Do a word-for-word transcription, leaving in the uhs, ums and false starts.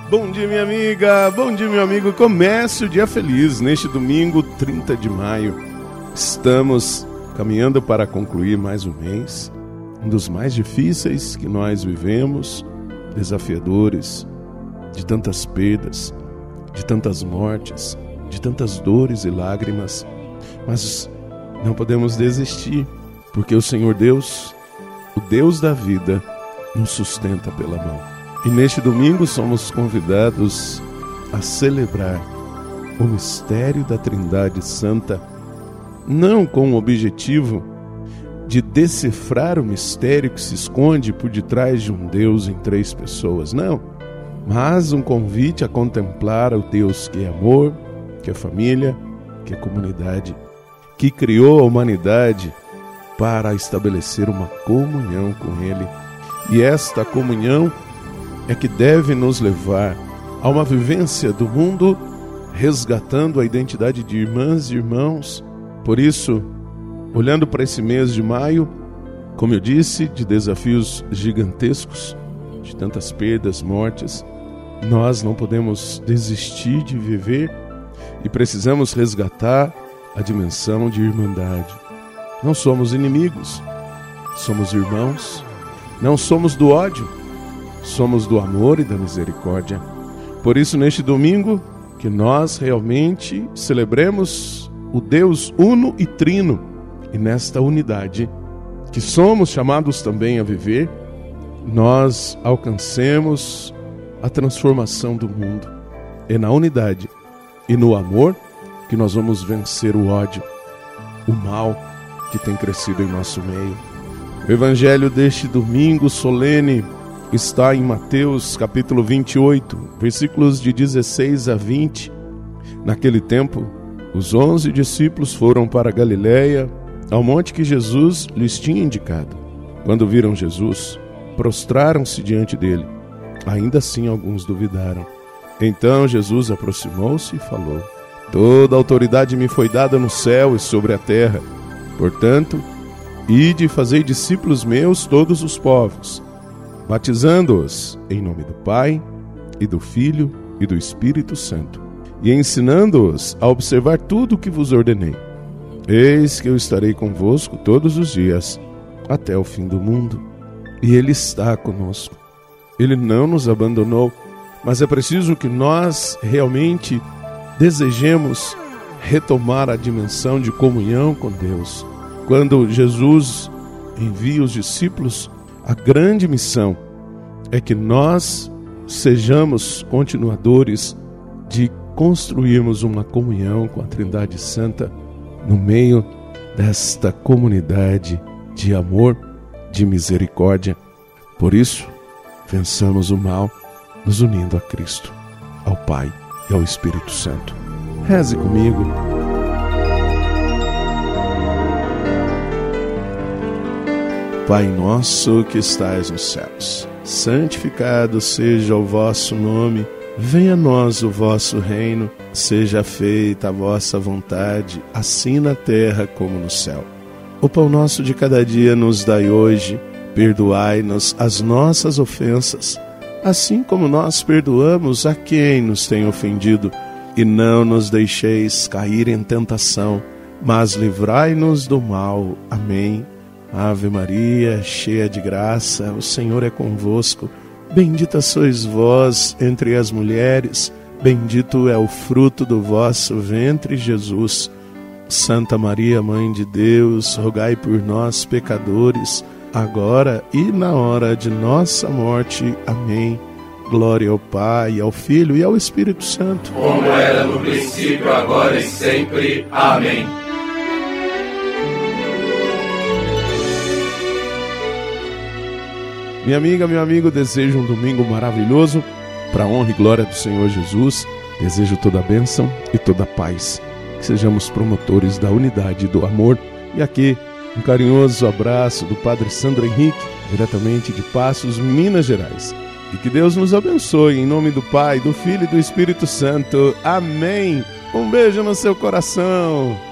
Bom dia, minha amiga, bom dia, meu amigo. Comece o dia feliz neste domingo, trinta de maio. Estamos caminhando para concluir mais um mês, um dos mais difíceis que nós vivemos, desafiadores, de tantas perdas, de tantas mortes, de tantas dores e lágrimas. Mas não podemos desistir, porque o Senhor Deus, o Deus da vida, nos sustenta pela mão. E neste domingo somos convidados a celebrar o mistério da Trindade Santa, não com o objetivo de decifrar o mistério que se esconde por detrás de um Deus em três pessoas, não, mas um convite a contemplar o Deus que é amor, que é família, que é comunidade, que criou a humanidade para estabelecer uma comunhão com Ele. E esta comunhão é que deve nos levar a uma vivência do mundo, resgatando a identidade de irmãs e irmãos. Por isso, olhando para esse mês de maio, como eu disse, de desafios gigantescos, de tantas perdas, mortes, nós não podemos desistir de viver e precisamos resgatar a dimensão de irmandade. Não somos inimigos, somos irmãos, não somos do ódio, somos do amor e da misericórdia. Por isso, neste domingo, que nós realmente celebremos o Deus uno e trino, e nesta unidade, que somos chamados também a viver, nós alcancemos a transformação do mundo. É na unidade e no amor que nós vamos vencer o ódio, o mal que tem crescido em nosso meio. O evangelho deste domingo solene está em Mateus capítulo vinte e oito, versículos de dezesseis a vinte. Naquele tempo, os onze discípulos foram para Galiléia, ao monte que Jesus lhes tinha indicado. Quando viram Jesus, prostraram-se diante dele. Ainda assim alguns duvidaram. Então Jesus aproximou-se e falou: Toda autoridade me foi dada no céu e sobre a terra. Portanto, ide e fazei discípulos meus todos os povos, batizando-os em nome do Pai, e do Filho, e do Espírito Santo, e ensinando-os a observar tudo o que vos ordenei. Eis que eu estarei convosco todos os dias, até o fim do mundo. E Ele está conosco. Ele não nos abandonou, mas é preciso que nós realmente desejemos retomar a dimensão de comunhão com Deus. Quando Jesus envia os discípulos, a grande missão é que nós sejamos continuadores de construirmos uma comunhão com a Trindade Santa no meio desta comunidade de amor, de misericórdia. Por isso, vençamos o mal nos unindo a Cristo, ao Pai e ao Espírito Santo. Reze comigo. Pai nosso que estais nos céus, santificado seja o vosso nome. Venha a nós o vosso reino. Seja feita a vossa vontade, assim na terra como no céu. O pão nosso de cada dia nos dai hoje. Perdoai-nos as nossas ofensas, assim como nós perdoamos a quem nos tem ofendido. E não nos deixeis cair em tentação, mas livrai-nos do mal. Amém. Ave Maria, cheia de graça, o Senhor é convosco. Bendita sois vós entre as mulheres, bendito é o fruto do vosso ventre, Jesus. Santa Maria, Mãe de Deus, rogai por nós, pecadores, agora e na hora de nossa morte. Amém. Glória ao Pai, ao Filho e ao Espírito Santo, como era no princípio, agora e sempre. Amém. Minha amiga, meu amigo, desejo um domingo maravilhoso, para a honra e glória do Senhor Jesus. Desejo toda a bênção e toda a paz. Que sejamos promotores da unidade e do amor. E aqui, um carinhoso abraço do Padre Sandro Henrique, diretamente de Passos, Minas Gerais. E que Deus nos abençoe, em nome do Pai, do Filho e do Espírito Santo. Amém. Um beijo no seu coração.